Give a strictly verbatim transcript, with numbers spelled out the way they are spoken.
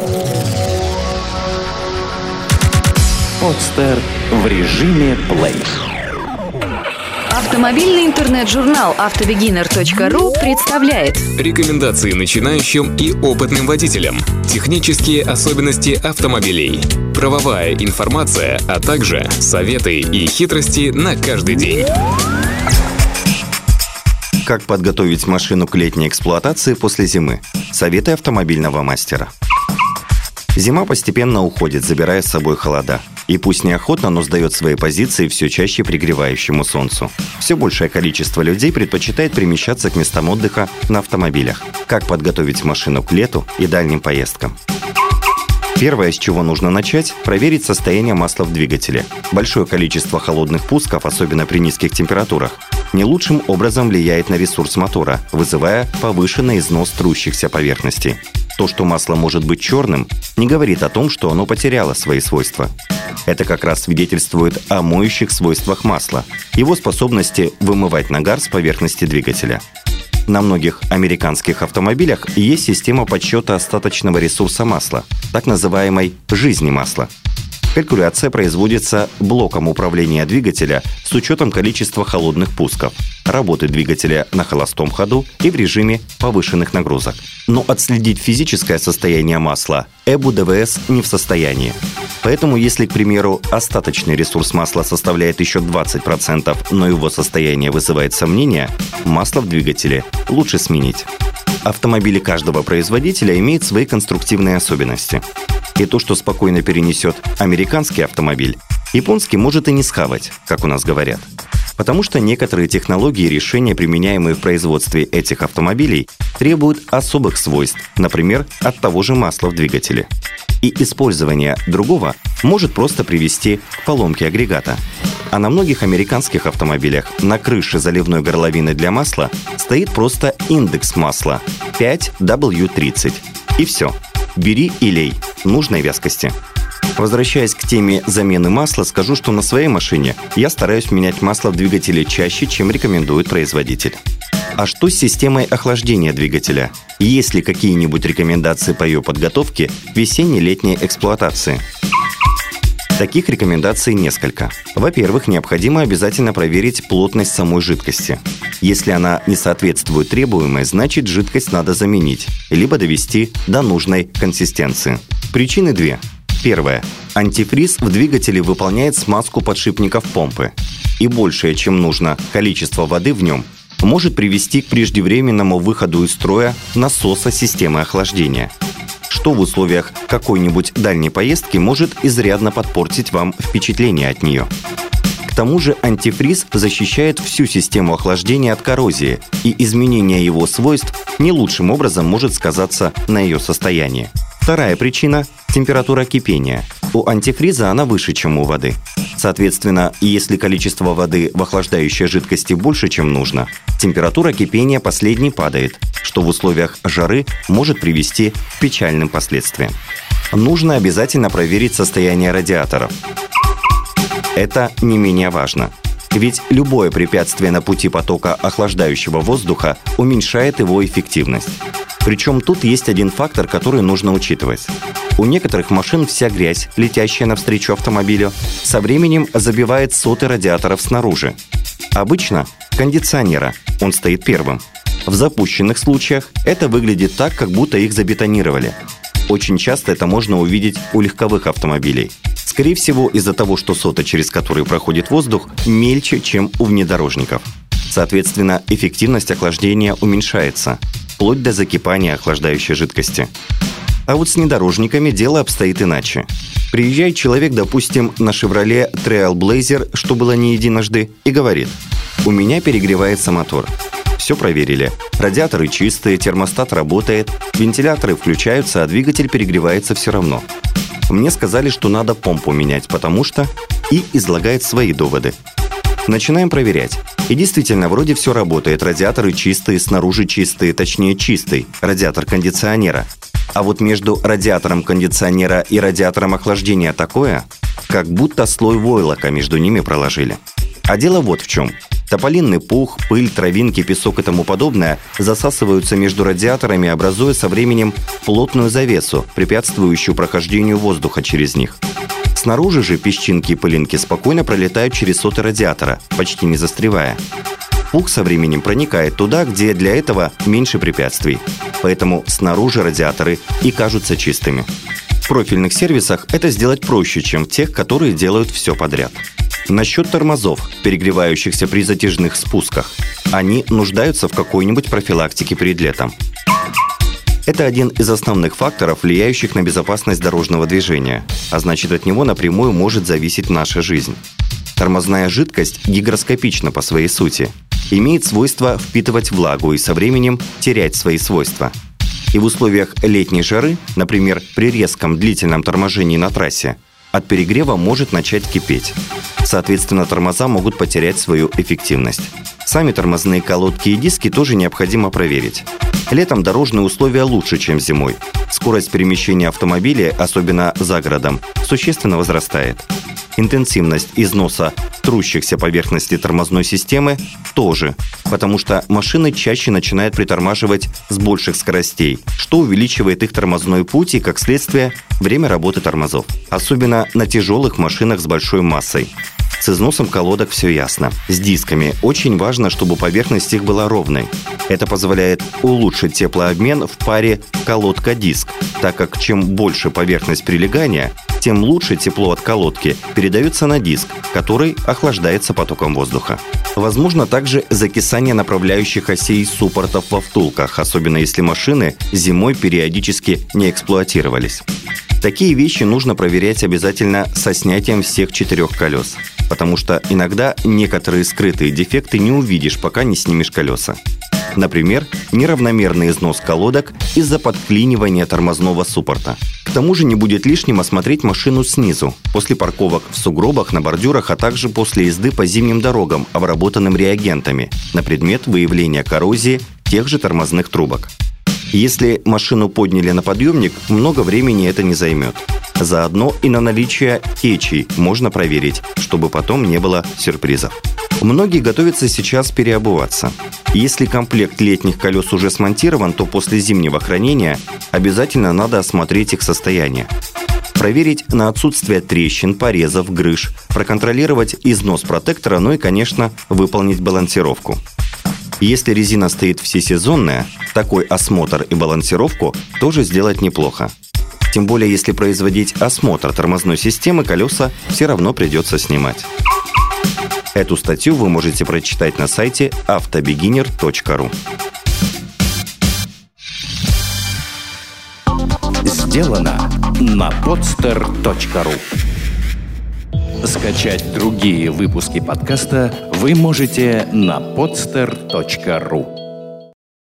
Подстер в режиме плей. Автомобильный интернет-журнал автобегинер точка ру представляет рекомендации начинающим и опытным водителям, технические особенности автомобилей, правовая информация, а также советы и хитрости на каждый день. Как подготовить машину к летней эксплуатации после зимы? Советы автомобильного мастера. Зима постепенно уходит, забирая с собой холода. И пусть неохотно, но сдает свои позиции все чаще пригревающему солнцу. Все большее количество людей предпочитает перемещаться к местам отдыха на автомобилях. Как подготовить машину к лету и дальним поездкам? Первое, с чего нужно начать – проверить состояние масла в двигателе. Большое количество холодных пусков, особенно при низких температурах, не лучшим образом влияет на ресурс мотора, вызывая повышенный износ трущихся поверхностей. То, что масло может быть черным, не говорит о том, что оно потеряло свои свойства. Это как раз свидетельствует о моющих свойствах масла, его способности вымывать нагар с поверхности двигателя. На многих американских автомобилях есть система подсчета остаточного ресурса масла, так называемой «жизни масла». Калькуляция производится блоком управления двигателя с учетом количества холодных пусков, работы двигателя на холостом ходу и в режиме повышенных нагрузок. Но отследить физическое состояние масла ЭБУ ДВС не в состоянии. Поэтому, если, к примеру, остаточный ресурс масла составляет еще двадцать процентов, но его состояние вызывает сомнения, масло в двигателе лучше сменить. Автомобили каждого производителя имеют свои конструктивные особенности. И то, что спокойно перенесет американский автомобиль, японский может и не схавать, как у нас говорят. Потому что некоторые технологии и решения, применяемые в производстве этих автомобилей, требуют особых свойств, например, от того же масла в двигателе. И использование другого может просто привести к поломке агрегата. А на многих американских автомобилях на крыше заливной горловины для масла стоит просто индекс масла пять дабл ю тридцать. И все. Бери и лей нужной вязкости. Возвращаясь к теме замены масла, скажу, что на своей машине я стараюсь менять масло в двигателе чаще, чем рекомендует производитель. А что с системой охлаждения двигателя? Есть ли какие-нибудь рекомендации по ее подготовке к весенне-летней эксплуатации? Таких рекомендаций несколько. Во-первых, необходимо обязательно проверить плотность самой жидкости. Если она не соответствует требуемой, значит жидкость надо заменить, либо довести до нужной консистенции. Причины две. Первое. Антифриз в двигателе выполняет смазку подшипников помпы. И большее, чем нужно, количество воды в нем может привести к преждевременному выходу из строя насоса системы охлаждения, что в условиях какой-нибудь дальней поездки может изрядно подпортить вам впечатление от нее. К тому же антифриз защищает всю систему охлаждения от коррозии, и изменение его свойств не лучшим образом может сказаться на ее состоянии. Вторая причина – температура кипения. У антифриза она выше, чем у воды. Соответственно, если количество воды в охлаждающей жидкости больше, чем нужно, температура кипения последней падает, что в условиях жары может привести к печальным последствиям. Нужно обязательно проверить состояние радиаторов. Это не менее важно. Ведь любое препятствие на пути потока охлаждающего воздуха уменьшает его эффективность. Причем тут есть один фактор, который нужно учитывать. У некоторых машин вся грязь, летящая навстречу автомобилю, со временем забивает соты радиаторов снаружи. Обычно кондиционера, он стоит первым. В запущенных случаях это выглядит так, как будто их забетонировали. Очень часто это можно увидеть у легковых автомобилей. Скорее всего, из-за того, что соты, через которые проходит воздух, мельче, чем у внедорожников. Соответственно, эффективность охлаждения уменьшается, вплоть до закипания охлаждающей жидкости. А вот с внедорожниками дело обстоит иначе. Приезжает человек, допустим, на Chevrolet Trailblazer, что было не единожды, и говорит: «У меня перегревается мотор». Все проверили. Радиаторы чистые, термостат работает, вентиляторы включаются, а двигатель перегревается все равно. Мне сказали, что надо помпу менять, потому что... И излагает свои доводы. Начинаем проверять. И действительно, вроде все работает. Радиаторы чистые, снаружи чистые, точнее чистый радиатор кондиционера. А вот между радиатором кондиционера и радиатором охлаждения такое, как будто слой войлока между ними проложили. А дело вот в чем. Тополинный пух, пыль, травинки, песок и тому подобное засасываются между радиаторами, образуя со временем плотную завесу, препятствующую прохождению воздуха через них. Снаружи же песчинки и пылинки спокойно пролетают через соты радиатора, почти не застревая. Пух со временем проникает туда, где для этого меньше препятствий. Поэтому снаружи радиаторы и кажутся чистыми. В профильных сервисах это сделать проще, чем в тех, которые делают все подряд. Насчет тормозов, перегревающихся при затяжных спусках. Они нуждаются в какой-нибудь профилактике перед летом. Это один из основных факторов, влияющих на безопасность дорожного движения, а значит, от него напрямую может зависеть наша жизнь. Тормозная жидкость гигроскопична по своей сути, имеет свойство впитывать влагу и со временем терять свои свойства. И в условиях летней жары, например, при резком длительном торможении на трассе, от перегрева может начать кипеть. Соответственно, тормоза могут потерять свою эффективность. Сами тормозные колодки и диски тоже необходимо проверить. Летом дорожные условия лучше, чем зимой. Скорость перемещения автомобиля, особенно за городом, существенно возрастает. Интенсивность износа трущихся поверхностей тормозной системы тоже, потому что машины чаще начинают притормаживать с больших скоростей, что увеличивает их тормозной путь и, как следствие, время работы тормозов. Особенно на тяжелых машинах с большой массой. С износом колодок все ясно. С дисками очень важно, чтобы поверхность их была ровной. Это позволяет улучшить теплообмен в паре колодка-диск, так как чем больше поверхность прилегания, тем лучше тепло от колодки передается на диск, который охлаждается потоком воздуха. Возможно также закисание направляющих осей суппортов во втулках, особенно если машины зимой периодически не эксплуатировались. Такие вещи нужно проверять обязательно со снятием всех четырех колес, потому что иногда некоторые скрытые дефекты не увидишь, пока не снимешь колеса. Например, неравномерный износ колодок из-за подклинивания тормозного суппорта. К тому же не будет лишним осмотреть машину снизу, после парковок в сугробах, на бордюрах, а также после езды по зимним дорогам, обработанным реагентами, на предмет выявления коррозии тех же тормозных трубок. Если машину подняли на подъемник, много времени это не займет. Заодно и на наличие течей можно проверить, чтобы потом не было сюрпризов. Многие готовятся сейчас переобуваться. Если комплект летних колес уже смонтирован, то после зимнего хранения обязательно надо осмотреть их состояние. Проверить на отсутствие трещин, порезов, грыж, проконтролировать износ протектора, ну и, конечно, выполнить балансировку. Если резина стоит всесезонная, такой осмотр и балансировку тоже сделать неплохо. Тем более, если производить осмотр тормозной системы, колеса все равно придется снимать. Эту статью вы можете прочитать на сайте автобегинер точка ру. Сделано на подстер точка ру. Скачать другие выпуски подкаста вы можете на подстер точка ру.